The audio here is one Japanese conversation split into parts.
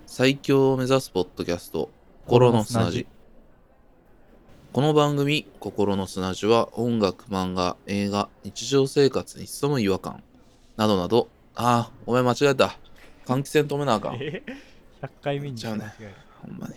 最強を目指すポッドキャスト心の砂地。この番組心の砂地は音楽、漫画、映画、日常生活に潜む違和感などなど。お前間違えた。換気扇止めなあかん。 100回目にちゃうね間違える。 ほんまに。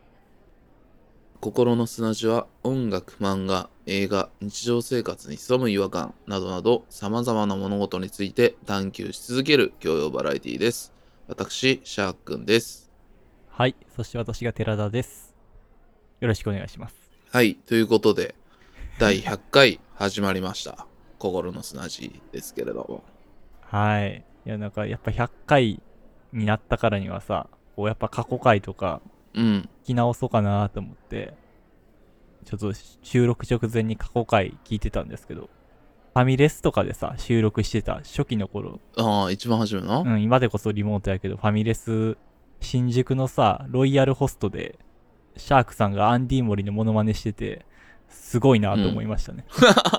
心の砂地は音楽、漫画、映画、日常生活に潜む違和感などなど様々な物事について探求し続ける教養バラエティです。私、シャークンです。 はい、そして私が寺田です。よろしくお願いします。 はい、ということで第100回始まりました。心の砂地ですけれども。 はい。いや、なんかやっぱ100回になったからにはさ、こうやっぱ過去回とか聞き直そうかなと思って、ちょっと収録直前に過去回聞いてたんですけど、ファミレスとかでさ、収録してた初期の頃、 一番初めの、 今でこそリモートやけど、ファミレス、新宿のさ、ロイヤルホストで、シャークさんがアンディモリのモノマネしてて、すごいなと思いましたね。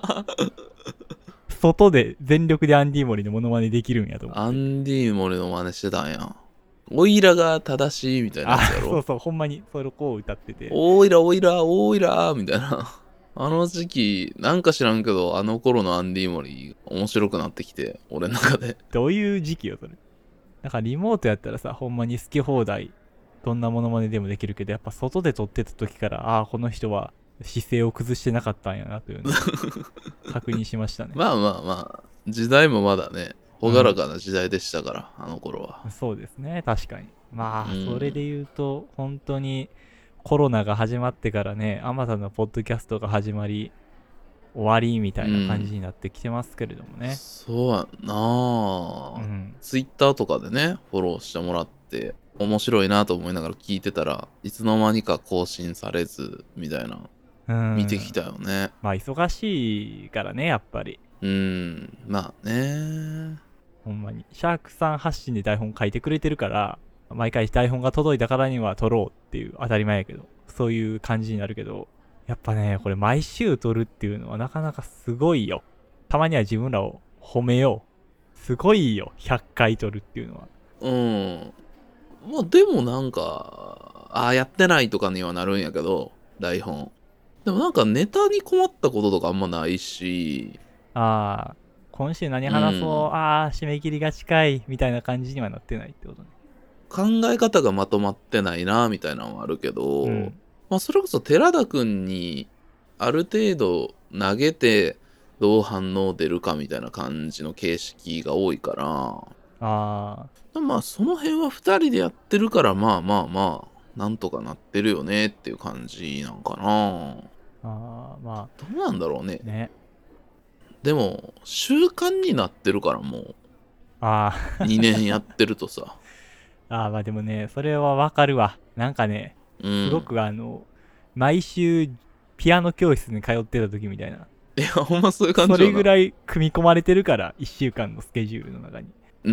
外で全力でアンディモリのモノマネできるんやと思って。 アンディモリの真似してたんや。オイラが正しいみたいなやつやろ。 そうそう、ほんまにそれこう歌ってて。 オイラオイラオイラみたいな。あの時期なんか知らんけど、あの頃のアンディモリ面白くなってきて、俺の中で。 どういう時期よ、それ。なんかリモートやったらさ、ほんまに好き放題、どんなモノマネでもできるけど、やっぱ外で撮ってた時から、この人は姿勢を崩してなかったんやなというのを確認しましたね。 まあ、時代もまだね、朗らかな時代でしたから、あの頃は。 そうですね、確かに。まあ、それでうん。 言うと、本当にコロナが始まってからね、あまたのポッドキャストが始まり、終わりみたいな感じになってきてますけれどもね。 そうやんな。 うんツイッターとかでね、フォローしてもらって、面白いなと思いながら聞いてたらいつの間にか更新されず、みたいな、見てきたよね。 まあ忙しいからね、やっぱり。 まあね。 ほんまに。シャークさん発信で台本書いてくれてるから、毎回台本が届いたからには撮ろうっていう当たり前やけど、そういう感じになるけど、やっぱね、これ毎週撮るっていうのはなかなかすごいよ。たまには自分らを褒めよう。すごいよ、100回撮るっていうのは。 まあでもなんか、やってないとかにはなるんやけど、台本。でもなんかネタに困ったこととかあんまないし、 今週何う話そう、 ん。 締め切りが近い、みたいな感じにはなってないってことね。 考え方がまとまってないなみたいなのはあるけど、 うん。 まあそれこそ寺田くんにある程度投げてどう反応出るかみたいな感じの形式が多いかあら、まあその辺は2人でやってるからまあなんとかなってるよねっていう感じなんかな。 まどうなんだろうね。 あ、ね。 でも習慣になってるからもうあ 2年やってるとさ。 まあでもね、それはわかるわ。なんかね、 うん。 すごく毎週ピアノ教室に通ってた時みたいな。 いやほんまそういう感そじよな。 れぐらい組み込まれてるから、1週間のスケジュールの中に。 うん。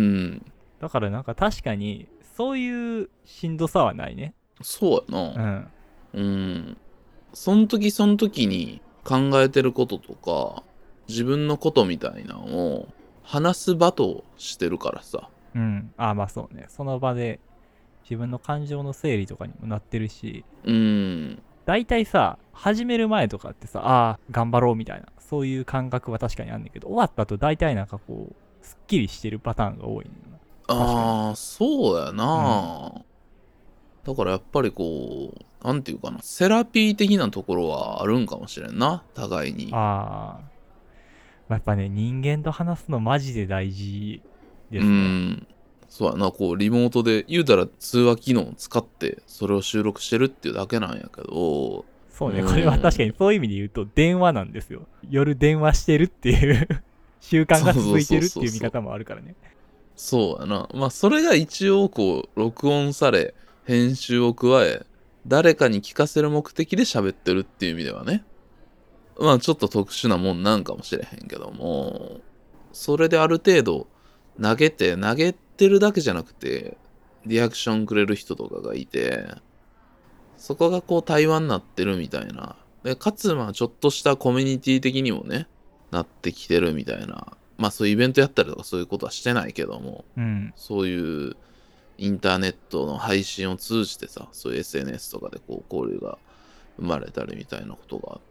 だからなんか確かに、そういうしんどさはないね。 そうやな。 うん。 うん。その時その時に考えてることとか、自分のことみたいなのを話す場としてるからさ。 うん。まあそうね。その場で自分の感情の整理とかにもなってるし、 うん。 大体さ、始める前とかってさ、頑張ろうみたいな、そういう感覚は確かにあんねんけど、終わった後大体なんかこう、すっきりしてるパターンが多いねんな。確かに。 そうやうん。 な。だからやっぱりこう、なんていうかな、セラピー的なところはあるんかもしれんな。互いに。 やっぱね、人間と話すのマジで大事でうすね。 ん。そうやな、こう、リモートで、言うたら通話機能を使って、それを収録してるっていうだけなんやけど、 そうね、これは確かうん。 にそういう意味で言うと、電話なんですよ。夜電話してるっていう習慣が続いてるっていう見方もあるからね。 そうやな。まあ、それが一応こう、録音され、編集を加え、誰かに聞かせる目的で喋ってるっていう意味ではね。まあ、ちょっと特殊なもんなんかもしれへんけども、それである程度、投げてるだけじゃなくて、リアクションくれる人とかがいて、そこがこう対話になってるみたいな。で、かつ、まあ、ちょっとしたコミュニティ的にもね、なってきてるみたいな。まあ、そういうイベントやったりとかそういうことはしてないけども、 うん。 そういうインターネットの配信を通じてさ、そういう SNS とかでこう交流が生まれたりみたいなことがあって、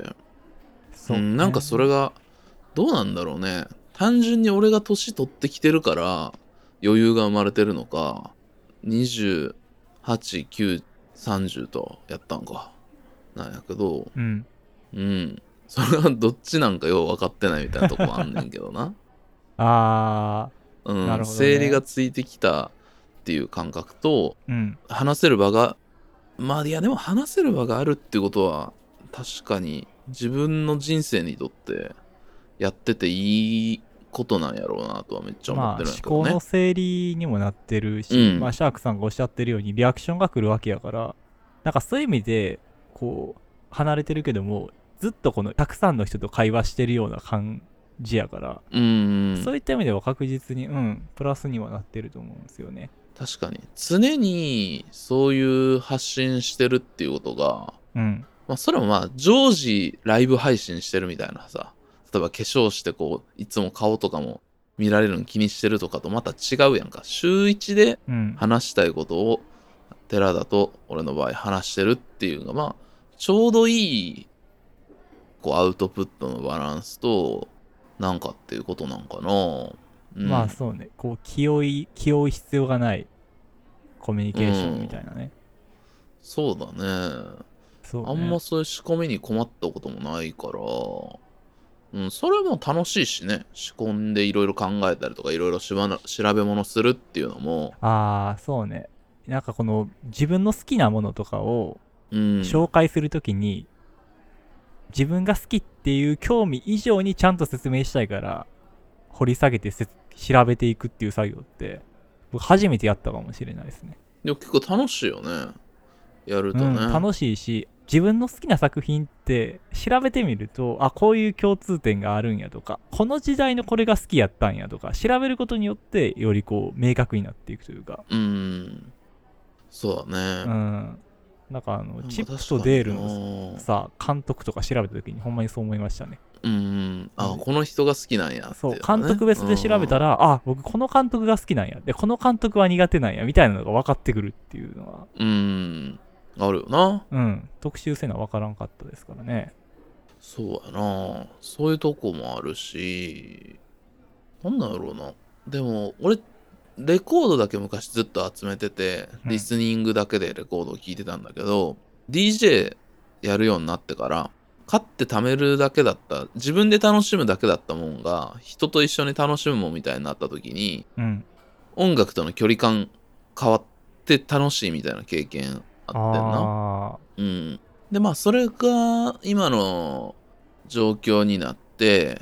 そうね。 なんかそれがどうなんだろうね。単純に俺が年取ってきてるから余裕が生まれてるのか、28、9、30とやったんか。なんやけど、 うん。 それはどっちなんかよう分かってないみたいなとこもあんねんけどな。 あー、なるほど生理がね。 ついてきたっていう感覚と、 うん。 話せる場が、まあいやでも話せる場があるっていうことは、確かに自分の人生にとってやってていいことなんやろうなとはめっちゃ思ってるんやまあ思考のけどね。 整理にもなってるし、まあうん。 シャークさんがおっしゃってるようにリアクションが来るわけやから、なんかそういう意味でこう離れてるけどもずっとこのたくさんの人と会話してるような感じやから、そういった意味では確実にプラスにはなってると思うんですよね。 確かに。常にそういう発信してるっていうことが、まあそれもまあ常時ライブ配信してるみたいなさ、例えば化粧してこう、いつも顔とかも見られるの気にしてるとかとまた違うやんか。週1で話したいことを寺田と俺の場合話してるっていうのがまあちょうどいいこうアウトプットのバランスとなんかっていうことなんかな。 まあそうね、こう気負う必要がないコミュニケーションみたいなね。 そうだね。 そうね。 あんまそういう仕込みに困ったこともないから、それも楽しいしね。仕込んでいろいろ考えたりとか、いろいろ調べ物するっていうのも、 そうね。なんかこの自分の好きなものとかを紹介するときに、自分が好きっていう興味以上にちゃんと説明したいから、掘り下げて調べていくっていう作業って、僕初めてやったかもしれないですね。 でも結構楽しいよね。やるとね。 楽しいし、自分の好きな作品って調べてみると、こういう共通点があるんやとか、この時代のこれが好きやったんやとか、調べることによってよりこう明確になっていくというか。 そうだね。 なんかチップとデールのさ、監督とか調べた時にほんまにそう思いましたね。 この人が好きなんやって、 そう、監督別で調べたら、僕この監督が好きなんや。で、この監督は苦手なんや、みたいなのが分かってくるっていうのは。 あるよな。 特集せな分からんかったですからね。 そうやな。そういうとこもあるし、なんだろうな。でも、俺、レコードだけ昔ずっと集めてて、リスニングだけでレコードを聴いてたんだけど、DJ やるようになってから、買って貯めるだけだった、自分で楽しむだけだったもんが、人と一緒に楽しむもんみたいになった時に、音楽との距離感変わって楽しいみたいな経験あってんな。で、まあ、それが今の状況になって、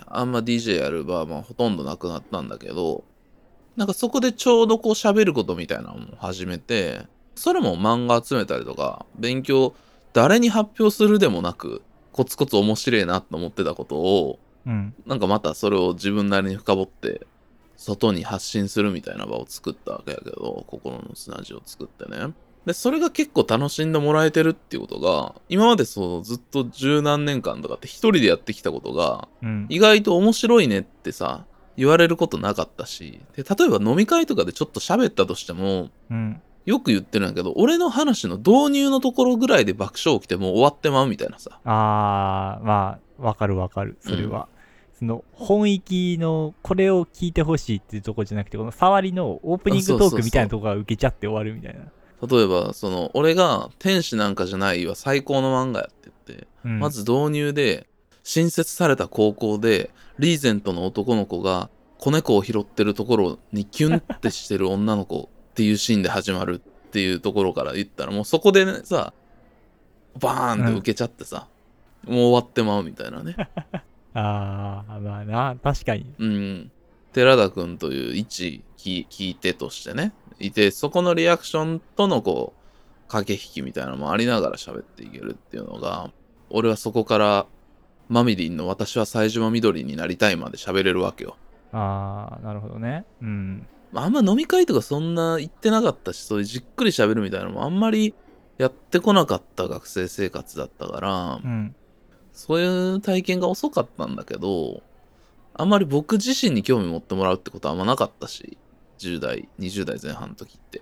あんま DJ やる場はまあほとんどなくなったんだけど、なんかそこでちょうどこう喋ることみたいなのも始めて、それも漫画集めたりとか、勉強、誰に発表するでもなく、コツコツ面白いなと思ってたことを、なんかまたそれを自分なりに深掘って、外に発信するみたいな場を作ったわけやけど、心の砂地を作ってね。で、それが結構楽しんでもらえてるっていうことが、今までそうずっと十何年間とかって一人でやってきたことが、意外と面白いねってさ、言われることなかったし、で、例えば飲み会とかでちょっと喋ったとしても、よく言ってるんやけど、俺の話の導入のところぐらいで爆笑起きてもう終わってまうみたいなさ。 まあ、わかるわかる。それは。その本域のこれを聞いてほしいっていうところじゃなくて、この触りのオープニングトークみたいなところが受けちゃって終わるみたいな。 例えば、俺が天使なんかじゃないは最高の漫画やって言って、まず導入で、新設された高校で、リーゼントの男の子が子猫を拾ってるところにキュンってしてる女の子っていうシーンで始まるっていうところから言ったら、もうそこでね、さ、バーンって受けちゃってさ、もう終わってまうみたいなね。 まあな、確かに。 寺田くんという一聞いてとしてね、いて、そこのリアクションとのこう、駆け引きみたいなのもありながら喋っていけるっていうのが、俺はそこからマミリンの私は冴島緑になりたいまで喋れるわけよ。 なるほどね。 あんま飲み会とかそんな行ってなかったし、そういうじっくり喋るみたいなのもあんまりやってこなかった学生生活だったから、そういう体験が遅かったんだけど、あんまり僕自身に興味持ってもらうってことはあんまなかったし、10代、20代前半の時って。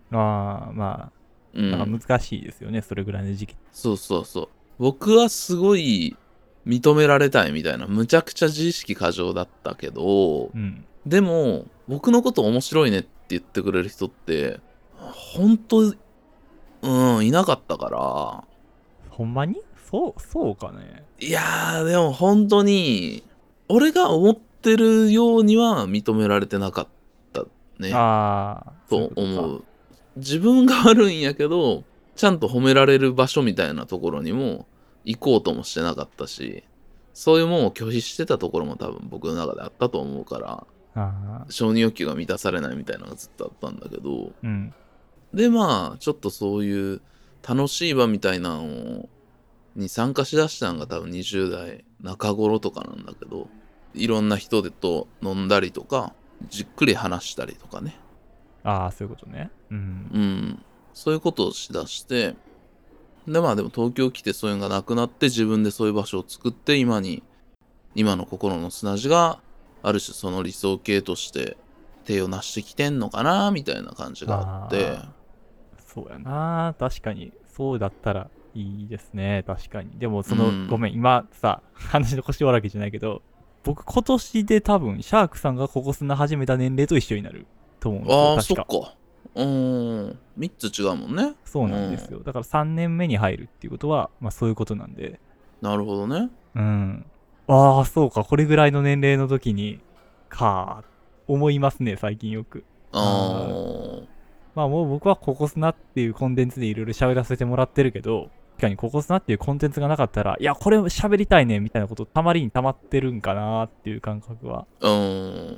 ああ、まうあ、なんん。 か難しいですよね、それぐらいの時期。 そうそうそう。僕はすごい認められたいみたいな、むちゃくちゃ自意識過剰だったけど、 うん。 でも、僕のこと面白いねって言ってくれる人って、ほんと、いなかったから、 ほんまにそうかね。 いやー、でも本当に、俺が思ってるようには認められてなかったね、 ああ、そういうとことか。 思う。自分が悪いんやけど、ちゃんと褒められる場所みたいなところにも行こうともしてなかったし、そういうもんを拒否してたところも多分僕の中であったと思うから、 ああ、 承認欲求が満たされないみたいなのがずっとあったんだけど、 うん。 でまあ、ちょっとそういう楽しい場みたいなのに参加しだしたのが多分20代中頃とかなんだけど、いろんな人でと飲んだりとか、じっくり話したりとかね。 ああ、そういうことね。うん。 うん。そういうことをしだして、でまあでも東京来てそういうのがなくなって自分でそういう場所を作って今の心の砂地がある種その理想形として手を成してきてんのかなみたいな感じがあって、 ああ、そうやな。確かに、そうだったらいいですね。確かに。でも、 うん。 ごめん、今さ、話の腰折るわけじゃないけど、僕、今年で多分、シャークさんがここ砂始めた年齢と一緒になると思うんですよ。 ああ、 確か。 そっか。3つ違うもんね。 そううん。 なんですよ。だから3年目に入るっていうことは、まあそういうことなんで。 なるほどね。 うん。ああ、そうか。これぐらいの年齢の時に、思いますね、最近よく。 あああ、 あ、 まあもう僕はココスナっていうコンテンツでいろいろ喋らせてもらってるけど、確かにココスナっていうコンテンツがなかったら、いや、これ喋りたいね、みたいなことたまりに溜まってるんかなっていう感覚はうん。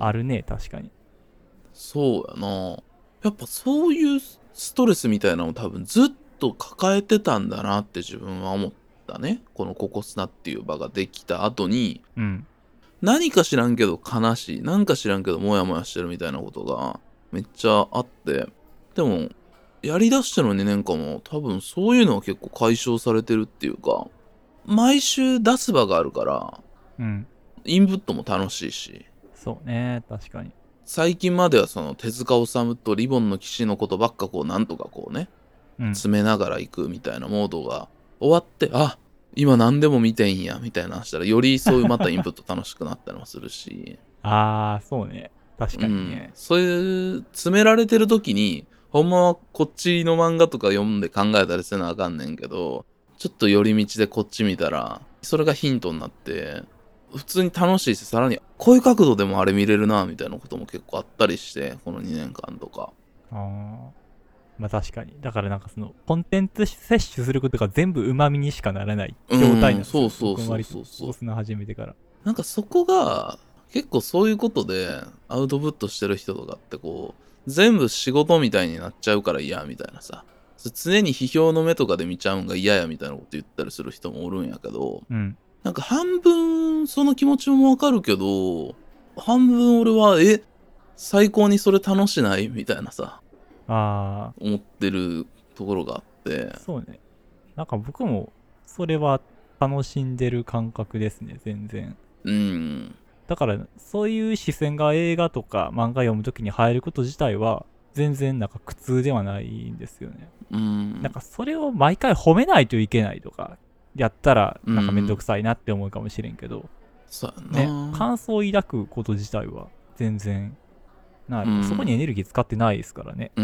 あるね、確かに。 そうやな。やっぱそういうストレスみたいなのを多分ずっと抱えてたんだなって自分は思ったね。このココスナっていう場ができた後に、 うん。 何か知らんけど悲しい、何か知らんけどモヤモヤしてるみたいなことがめっちゃあって、でも、やりだしての2年間も多分そういうのは結構解消されてるっていうか、毎週出す場があるから、 うん。 インプットも楽しいし、 そうね、確かに。 最近まではその手塚治虫とリボンの騎士のことばっかこうなんとかこうね、 うん。 詰めながら行くみたいなモードが終わって、あ、今何でも見てんやみたいな話したら、よりそういうまたインプット楽しくなったりもするし、 ああ、そうね。確うん、 かにね。 そういう詰められてる時に、ほんまはこっちの漫画とか読んで考えたりせなあかんねんけど、ちょっと寄り道でこっち見たら、それがヒントになって、普通に楽しいし、さらに、こういう角度でもあれ見れるな、みたいなことも結構あったりして、この2年間とか。 ああ。まあ確かに。だからなんかその、コンテンツ摂取することが全部旨味にしかならない状態なんですよ。 そうそうそう僕も割と、 そうそう。 ここ砂始めてから。 なんかそこが、結構そういうことでアウトプットしてる人とかってこう、全部仕事みたいになっちゃうから嫌みたいなさ。常に批評の目とかで見ちゃうんが嫌やみたいなこと言ったりする人もおるんやけど、 うん。 なんか半分その気持ちもわかるけど、半分俺は、最高にそれ楽しないみたいなさ、 ああ、 思ってるところがあって、 そうね。なんか僕も、それは楽しんでる感覚ですね、全然。 うん、 だから、そういう視線が映画とか漫画読むときに入ること自体は、全然なんか苦痛ではないんですよね。 うん、 なんかそれを毎回褒めないといけないとか、やったらうなんかめんどくん、 さいなって思うかもしれんけど、 そうやね、 な。 感想を抱くこと自体は全然、なんやうろ、そこにエん、 ネルギー使ってないですからね。 うん。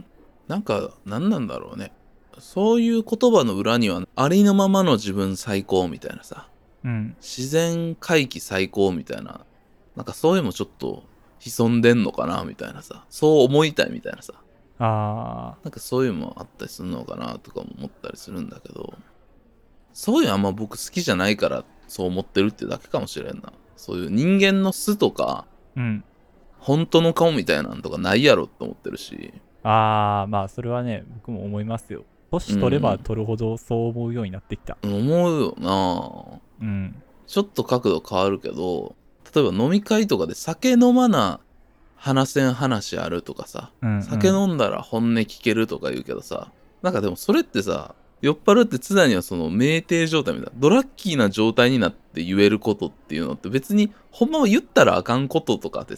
なんか、何なんだろうね。そういう言葉の裏には、ありのままの自分最高みたいなさ、 うん。 自然回帰最高みたいな、なんかそういうのもちょっと潜んでんのかなみたいなさ、そう思いたいみたいなさ、 あなんかそういうのもあったりするのかなとかも思ったりするんだけど、そういうのあんま僕好きじゃないからそう思ってるってだけかもしれんな。そういう人間の素とか、 ー、うん。 本当の顔みたいなんとかないやろって思ってるし、 まあそれはね、僕も思いますよ。年取ればうん、 取るほどそう思うようになってきた。 思うよな。 うん。 ちょっと角度変わるけど、例えば飲み会とかで酒飲まな話せん話あるとかさ、 うんうん。 酒飲んだら本音聞けるとか言うけどさ、なんかでもそれってさ、酔っ払って常にはその酩酊状態みたいな、ドラッキーな状態になって言えることっていうのって別にほんまは言ったらあかんこととかってさ、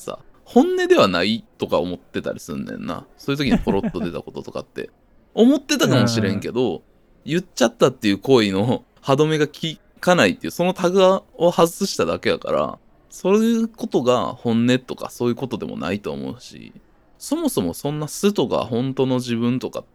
本音ではないとか思ってたりすんねんな。そういう時にポロッと出たこととかって思ってたかもしれんけど、言っちゃったっていう行為の歯止めが効かないっていう、そのタグを外しただけやから、そういうことが本音とかそういうことでもないと思うし、そもそもそんな素とか本当の自分とかって、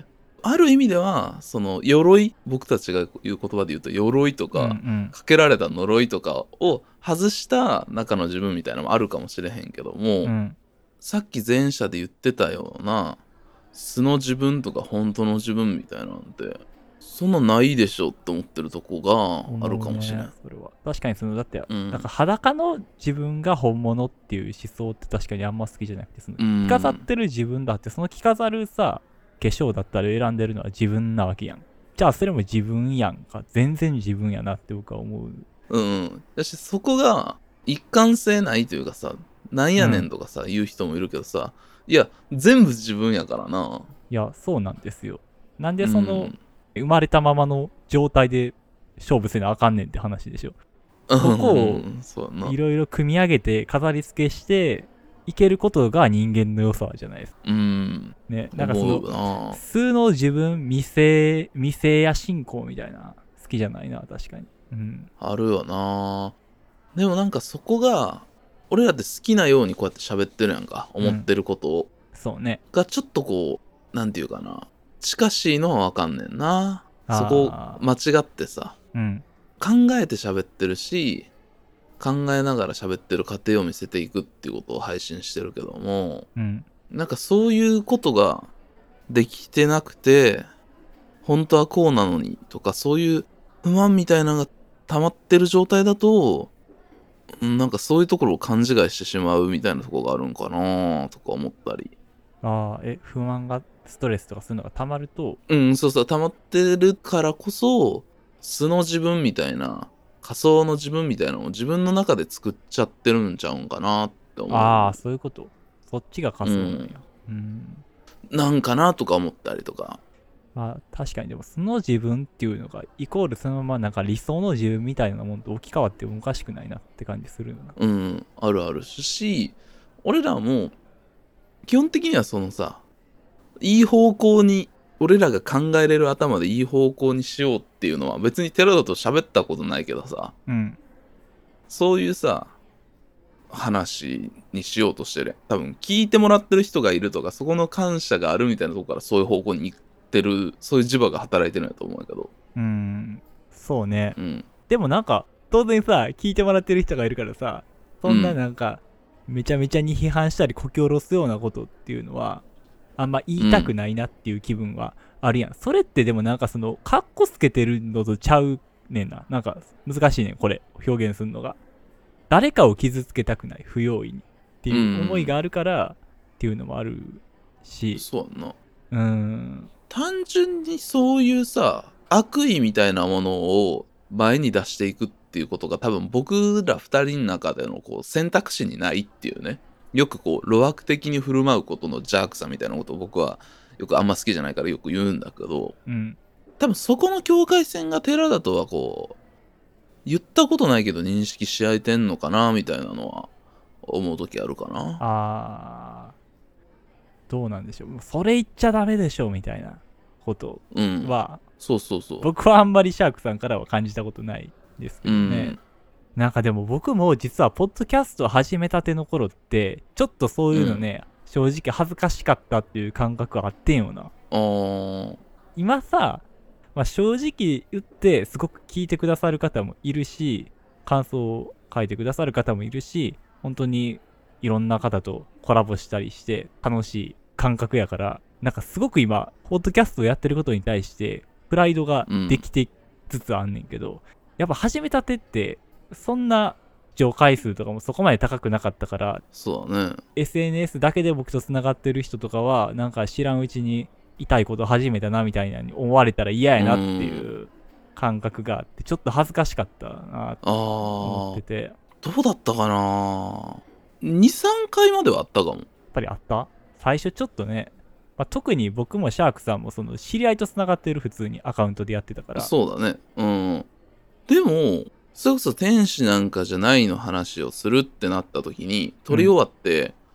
ある意味ではその鎧、僕たちが言う言葉で言うと鎧とか、かけられた呪いとかを外した中の自分みたいなのもあるかもしれへんけども、さっき前者で言ってたような素の自分とか本当の自分みたいなんてそんなないでしょって思ってるとこがあるかもしれん。 それは確かにだって、 うん、 なんか裸の自分が本物っていう思想って確かにあんま好きじゃなくて、着飾ってる自分だって、その着飾るさ化粧だったら選んでるのは自分なわけやん。じゃあそれも自分やんか。全然自分やなって僕は思う。 だしそこが一貫性ないというかさ、なんやねんとかさ、言う人もいるけどさ、いや全部自分やからな。 いやそうなんですよ。なんで生まれたままの状態で勝負せなあかんねんって話でしょ。ここをいろいろ組み上げて飾り付けしていけることが人間の良さじゃないですか。ね、なんか素の自分未成や信仰みたいな好きじゃないな、確かに。 あるよな。でもなんかそこが俺らって好きなようにこうやって喋ってるやんか、思ってることを、 そうねがちょっとこうなんていうかな、近しいのはわかんねんな。そこ間違ってさ、考えて喋ってるし、考えながら喋ってる過程を見せていくっていうことを配信してるけども、なんかそういうことができてなくて、本当はこうなのにとか、そういう不満みたいなのが溜まってる状態だと、なんかそういうところを勘違いしてしまうみたいなところがあるんかなとか思ったり。 不満がストレスとかそういうのが溜まると、 そう溜まってるからこそ素の自分みたいな、仮想の自分みたいなのを自分の中で作っちゃってるんちゃうんかなって思う。 そういうこと。そっちが仮想なんや。 なんかなとか思ったりとか。 確かにでも素の自分っていうのがイコールそのままなんか理想の自分みたいなもんと置き換わってもおかしくないなって感じするな。あるあるし、俺らも基本的にはそのさ、いい方向に、俺らが考えれる頭でいい方向にしようっていうのは別に寺だと喋ったことないけどさ、そういうさ話にしようとしてる。多分聞いてもらってる人がいるとか、そこの感謝があるみたいなとこからそういう方向に行ってる、そういう磁場が働いてるんやと思うけど。 そうね。でもなんか当然さ、聞いてもらってる人がいるからさ、そんななんか、めちゃめちゃに批判したりこき下ろすようなことっていうのはあんま言いたくないなっていう気分はあるやん。それってでもなんかカッコつけてるのとちゃうねんな。なんか難しいねん、これ表現するのが。誰かを傷つけたくない、不用意にっていう思いがあるからっていうのもあるし、 そうやな。単純にそういうさ悪意みたいなものを前に出していくっていうことが多分僕ら二人の中でのこう選択肢にないっていうね。よくこう路悪的に振る舞うことの邪悪さみたいなことを僕はよくあんま好きじゃないからよく言うんだけど、多分そこの境界線が寺だとはこう言ったことないけど認識し合えてんのかなみたいなのは思う時あるかな。 どうなんでしょう。それ言っちゃダメでしょみたいなことは、 そう僕はあんまりシャークさんからは感じたことないですけどね。なんかでも僕も実はポッドキャスト始めたての頃ってちょっとそういうのね、正直恥ずかしかったっていう感覚あってんよな。今さ、正直言ってすごく聞いてくださる方もいるし、感想を書いてくださる方もいるし、本当にいろんな方とコラボしたりして楽しい感覚やから、なんかすごく今ポッドキャストをやってることに対してプライドができてつつあんねんけど、やっぱ始めたてってそんな視聴回数とかもそこまで高くなかったから、 そうだね。 SNS だけで僕とつながってる人とかはなんか知らんうちに痛いこと始めたなみたいなに思われたら嫌やなっていう感覚があって、ちょっと恥ずかしかったなと思ってて。 どうだったかな。2、3回まではあったかも。やっぱりあった？最初ちょっとね、特に僕もシャークさんもその知り合いとつながってる普通にアカウントでやってたから。 そうだね。でもそれこそ天使なんかじゃないの話をするってなった時に撮り終わって、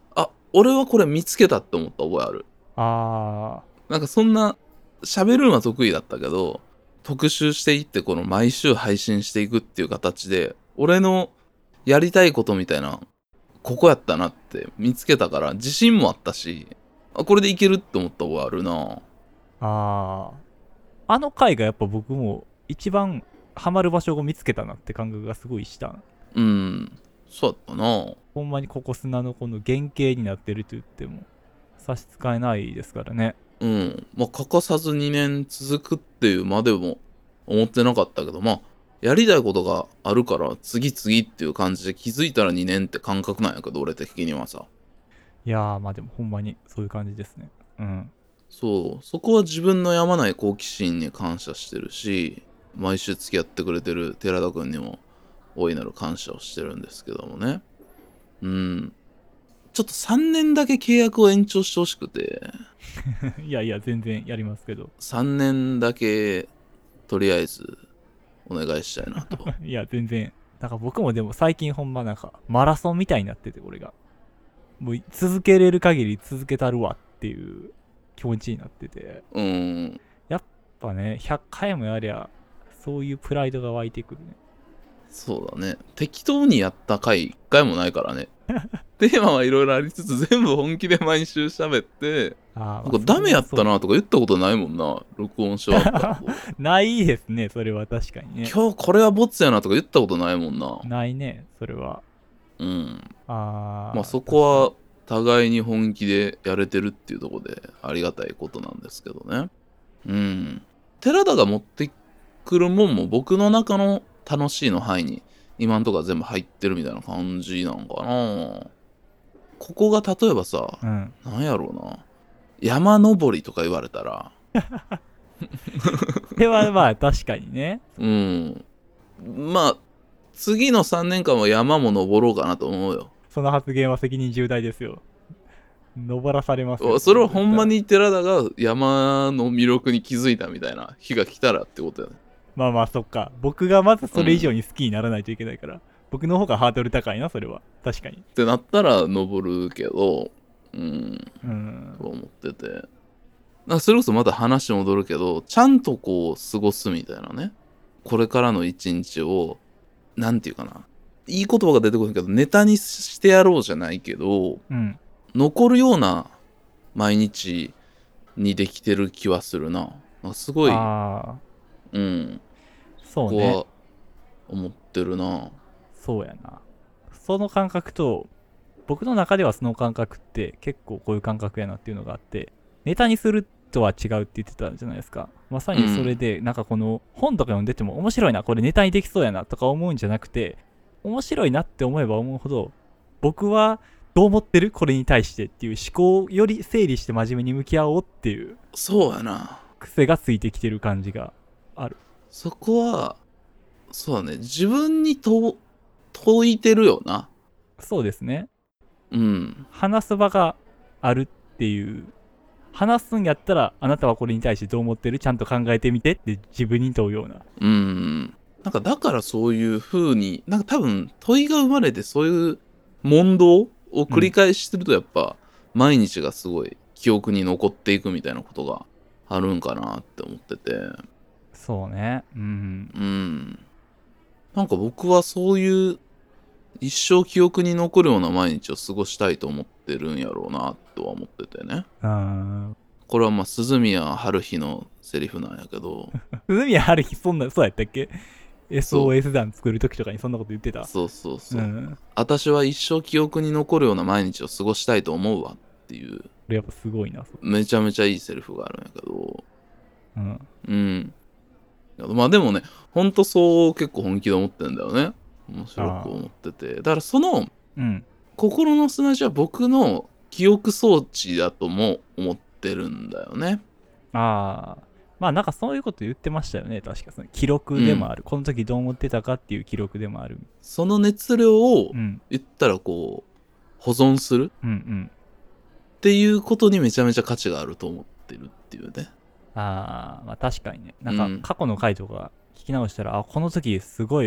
俺はこれ見つけたって思った覚えある。 あなんかそんな喋るのは得意だったけど、特集していってこの毎週配信していくっていう形で俺のやりたいことみたいなここやったなって見つけたから自信もあったし、これでいけるって思った覚えあるな。 あの回がやっぱ僕も一番ハマる場所を見つけたなって感覚がすごいした。 うん、そうだったな。 ほんまにここ砂のこの原型になってると言っても差し支えないですからね。 うん、まあ欠かさず2年続くっていうまでも思ってなかったけど、まあやりたいことがあるから次々っていう感じで気づいたら2年って感覚なんやけど、俺的にはさ。 いやー、まあでもほんまにそういう感じですね。うん。 そう、そこは自分のやまない好奇心に感謝してるし、毎週付き合ってくれてる寺田くんにも大いなる感謝をしてるんですけどもね。うん。ちょっと3年だけ契約を延長してほしくて、 いやいや、全然やりますけど。 3年だけとりあえずお願いしたいなと。 いや、全然。なんか僕もでも最近ほんまなんかマラソンみたいになってて、俺が。もう続けれる限り続けたるわっていう気持ちになってて。 うん。 やっぱね、100回もやりゃ、そういうプライドが湧いてくるね。 そうだね。適当にやった回一回もないからね。テーマはいろいろありつつ全部本気で毎週喋って、なんかダメやったなとか言ったことないもんな。録音し終わった後。 ないですね、それは確かにね。 今日これはボツやなとか言ったことないもんな。 ないね、それは。 うん。 ままあそこは互いに本気でやれてるっていうところでありがたいことなんですけどね。うん。寺田が持ってくるもんも僕の中の楽しいの範囲に今んとこは全部入ってるみたいな感じなんかな。ここが例えばさ、なんやろうな。山登りとか言われたら。 ではまあ確かにね。 うん。まあ、次の3年間は山も登ろうかなと思うよ。 その発言は責任重大ですよ。登らされますよ。 それはほんまに寺田が山の魅力に気づいたみたいな日が来たらってことやね。 まあまあそっか。僕がまずそれ以上に好きにならないといけないから。僕の方がハードル高いな、それは。確かに。 ってなったら登るけど、と思ってて。なんかそれこそまた話戻るけど、ちゃんとこう過ごすみたいなね。これからの一日を、なんていうかな。いい言葉が出てこないけど、ネタにしてやろうじゃないけど、残るような毎日にできてる気はするな。なんかすごい、 そうね。 ここは思ってるな。 そうやな。その感覚と、僕の中ではその感覚って結構こういう感覚やなっていうのがあって、ネタにするとは違うって言ってたじゃないですか。まさにそれで、なんかこの本とか読んでても面白いな、これネタにできそうやなとか思うんじゃなくて、面白いなって思えば思うほど、僕はどう思ってるこれに対してっていう思考をより整理して真面目に向き合おうっていう。 そうやな。 癖がついてきてる感じがある。 そこは、そうだね。自分に問いてるよな。 そうですね。 うん。 話す場があるっていう。話すんやったら、あなたはこれに対してどう思ってるちゃんと考えてみてって自分に問うような。 なんかだからそういう風に、なんか多分問いが生まれてそういう問答を繰り返してるとやっぱ、毎日がすごい記憶に残っていくみたいなことがあるんかなって思ってて。 そうね。 なんか僕はそういう一生記憶に残るような毎日を過ごしたいと思ってるんやろうなとは思っててね。これはまあ鈴宮春日のセリフなんやけど。 鈴宮春日そうやったっけ？ SOS 団作るときとかにそんなこと言ってた。 そう。私は一生記憶に残るような毎日を過ごしたいと思うわっていう。 やっぱすごいな。 めちゃめちゃいいセリフがあるんやけど。まあでもね、ほんとそう結構本気で思ってんだよね。面白く思ってて。だからその、心の砂地は僕の記憶装置だとも思ってるんだよね。 まあなんかそういうこと言ってましたよね。確かその記録でもある、この時どう思ってたかっていう記録でもある。 その熱量を言ったらこう保存するっていうことにめちゃめちゃ価値があると思ってるっていうね。 まあ確かにね。なんか過去の回とか聞き直したら、この時すごい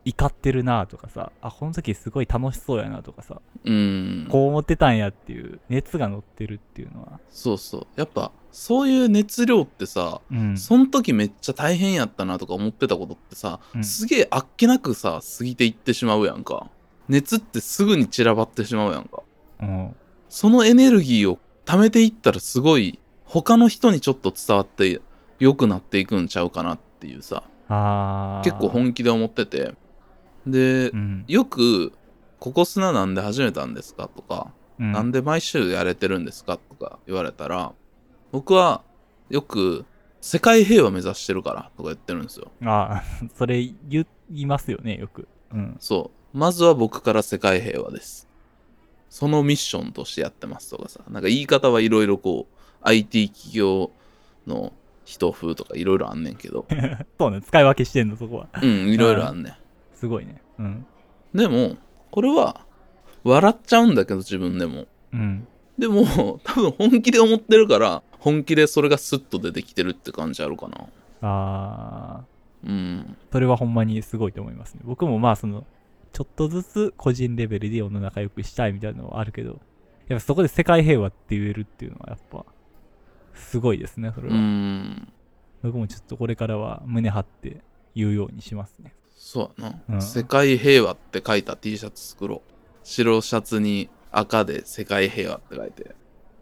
怒ってるなとかさ、あ、この時すごい楽しそうやなとかさ、 うんこう思ってたんやっていう熱が乗ってるっていうのは、 そうそうやっぱそういう熱量ってさ、 うんそん時めっちゃ大変やったなとか思ってたことってさ、 うんすげえあっけなくさ過ぎていってしまうやんか。熱ってすぐに散らばってしまうやんか。 うんそのエネルギーを貯めていったらすごい他の人にちょっと伝わって良くなっていくんちゃうかなっていうさ、 あー結構本気で思ってて、で、 うんよくここ砂なんで始めたんですかとか、 うんなんで毎週やれてるんですかとか言われたら、僕はよく世界平和目指してるからとか言ってるんですよ。 あーそれ言いますよねよく。うんそうまずは僕から世界平和です、そのミッションとしてやってますとかさ、なんか言い方はいろいろこう IT 企業の人風とかいろいろあんねんけどそうね、使い分けしてんのそこは。 うんいろいろあんねん。 すごいね。うんでもこれは笑っちゃうんだけど自分でも、 うんでも多分本気で思ってるから本気でそれがスッと出てきてるって感じあるかな。 あうんそれはほんまにすごいと思いますね。僕もまあそのちょっとずつ個人レベルで世の中良くしたいみたいなのはあるけど、やっぱそこで世界平和って言えるっていうのはやっぱすごいですね。それは、僕もちょっとこれからは胸張って言うようにしますね。 そうやな、 うん世界平和って書いた T シャツ作ろう。白シャツに赤で世界平和って書いて。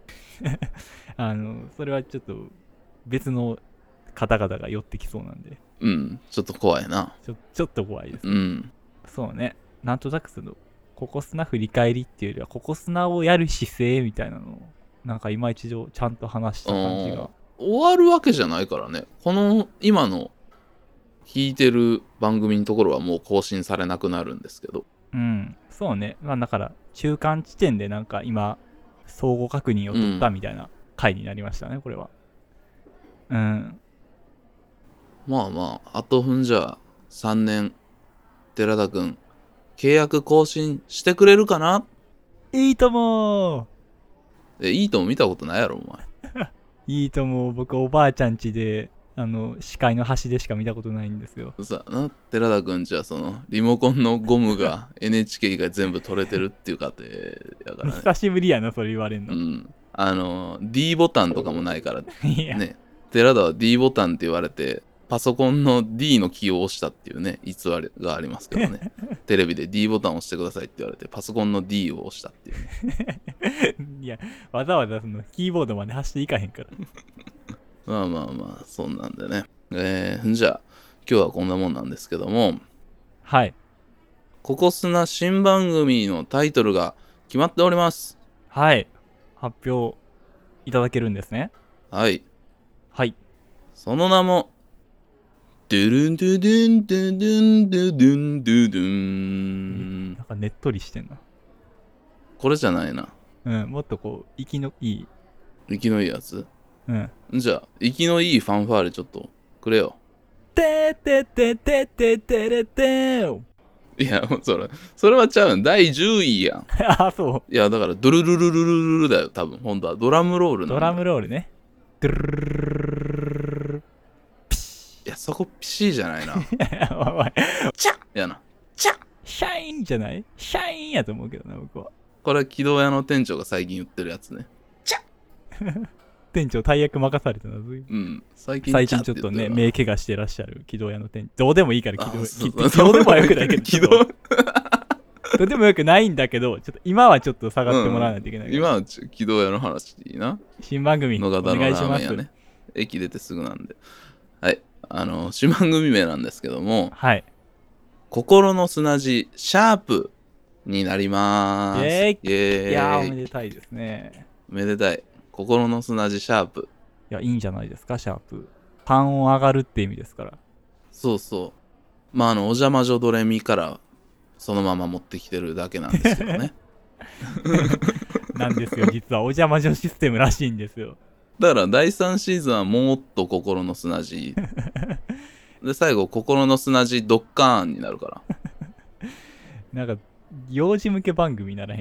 それはちょっと別の方々が寄ってきそうなんで、 うんちょっと怖いな。 ちょっと怖いですね。 うんそうね。なんとなくその、ココスナ振り返りっていうよりは、ココスナをやる姿勢みたいなのを、なんか今一度ちゃんと話した感じが。 終わるわけじゃないからね。この今の聞いてる番組のところはもう更新されなくなるんですけど。 うん。そうね。まあだから、中間地点でなんか今、相互確認を取ったみたいな回になりましたね、これは。うん。 まあまあ、あとふんじゃ3年、寺田くん、契約更新してくれるかな。 いいともいいとも見たことないやろ、お前。 いいとも僕おばあちゃん家で、視界の端でしか見たことないんですよ。 さあな、寺田くんじゃその、リモコンのゴムが NHK 以外全部取れてるっていう家庭やからね。 久しぶりやな、それ言われんの。 D ボタンとかもないからいや、 ね。寺田は D ボタンって言われて、パソコンの D のキーを押したっていうね、逸話がありますけどね。テレビで D ボタンを押してくださいって言われて、パソコンの D を押したっていうね。 いや、わざわざそのキーボードまで走っていかへんから。 まあまあまあ、そんなんでね。じゃあ、今日はこんなもんなんですけども、 はい。 ここすな新番組のタイトルが決まっております。 はい。発表いただけるんですね。 はい。 はい。 その名も、ドゥルンドゥドゥンドゥドゥンドゥドゥンドゥドゥン。 なんかねっとりしてんな。 これじゃないな。 うん、もっとこう、息のいい。 生きのいいやつ。 うん。 じゃあ、生きのいいファンファーレちょっとくれよ。 てーてててててれてー。 いや、それはちゃうん。第10位やん。 あ、そう。 いや、だから、ドゥルルルルルルルだよ、多分。本当は。ドラムロールなんだ。 ドラムロールね。ドゥルルルルルル。 いや、そこピシーじゃないな。 おいチャッやな。チャッシャインじゃないシャインやと思うけどな、僕は。 これは軌道屋の店長が最近言ってるやつね。 店長大役任されたな、ずいぶん。 うん。最近最近ちょっとね、 目目怪我してらっしゃる軌道屋の店長。どうでもいいから、 そうどうでもはよくないけど、 軌道どうでもよくないんだけど、ちょっと今はちょっと下がってもらわないといけないから、 今は軌道屋の話でいいな。 新番組、お野方のラ願いします。 ーメン屋ね。駅出てすぐなんで。はい。新番組名なんですけども、 はい。 心の砂地、シャープになりまーす。 イエーイイエーイ。 いやー、おめでたいですね。 めでたい。心の砂地、シャープ。 いや、いいんじゃないですか、シャープ。単音上がるって意味ですから。 そうそう。まあ、お邪魔女ドレミからそのまま持ってきてるだけなんですけどね。 なんですよ、実はお邪魔女システムらしいんですよ。 だから第3シーズンはもっと心の砂地。で、最後、心の砂地ドッカーンになるから。 なんか、幼児向け番組ならへん。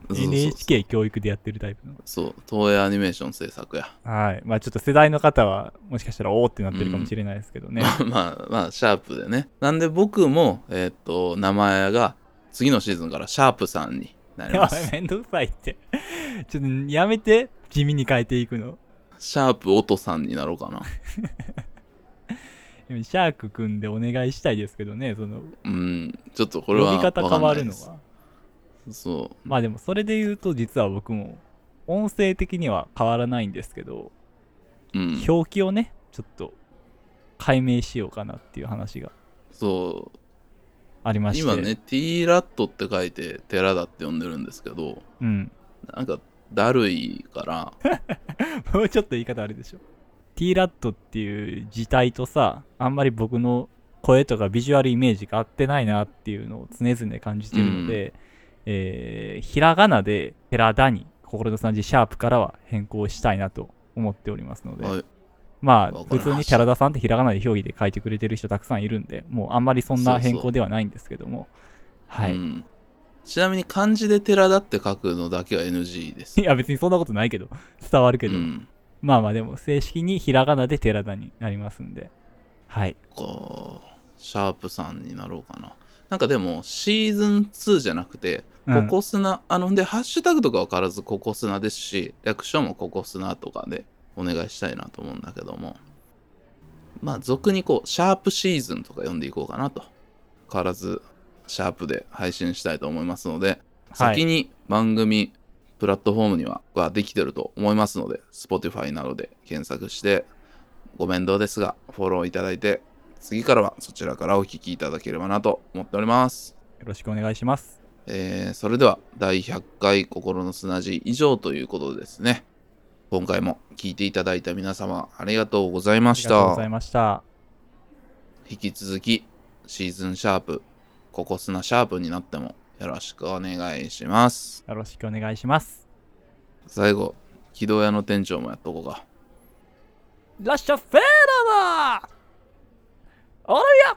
そうそうそう NHK 教育でやってるタイプの。 そう、東映アニメーション制作や。 はい。まあちょっと世代の方はもしかしたらおーってなってるかもしれないですけどね。 まあ、シャープでね。なんで僕も、名前が次のシーズンからシャープさんになりやばい、 ます。 めんどくさいって。ちょっとやめて、地味に変えていくの。 シャープ音さんになろうかな。 でもシャークくんでお願いしたいですけどね、その、 ちょっとこれは呼び方変わるのわかんないは。 ですそまあでもそれで言うと実は僕も音声的には変わらないんですけど、 う。 表記をね、ちょっと解明しようかなっていう話がそう。 ありまして。 今ね、T ラットって書いて寺田って呼んでるんですけど、 うん。 なんかだるいから、 もうちょっと言い方あれでしょ。T ラットっていう字体とさ、あんまり僕の声とかビジュアルイメージが合ってないなっていうのを常々感じてるので、ひらがなで寺田に心の漢字シャープからは変更したいなと思っておりますので、 はい、 まあわかりました普通に寺田さんってひらがなで表記で書いてくれてる人たくさんいるんで、もうあんまりそんな変更ではないんですけども、はい。 ちなみに漢字で寺田って書くのだけは NG です。 いや別にそんなことないけど、伝わるけど、 うん。 まあまあでも正式にひらがなで寺田になりますんで、はい。 こう、シャープさんになろうかな。なんかでも、シーズン2じゃなくて、 うんココスナ、で、ハッシュタグとかは変わらずココスナですし、略称もココスナとかでお願いしたいなと思うんだけども、まあ、俗にこう、シャープシーズンとか読んでいこうかなと。変わらず、シャープで配信したいと思いますので、 はい先に番組、プラットフォームにはできてると思いますので、Spotify などで検索して、ご面倒ですが、フォローいただいて、次からはそちらからお聞きいただければなと思っております。 よろしくお願いします。 それでは第100回心の砂地以上ということでですね、今回も聞いていただいた皆様ありがとうございましありがとうございた。 ました。 引き続きシーズンシャープ、ココスナシャープになってもよろしくお願いします。 よろしくお願いします。 最後、軌道屋の店長もやっとこうか。 ラッシャフェーラーだオラビア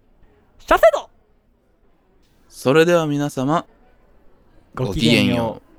シャセドそれでは皆様、 ごきげんよう。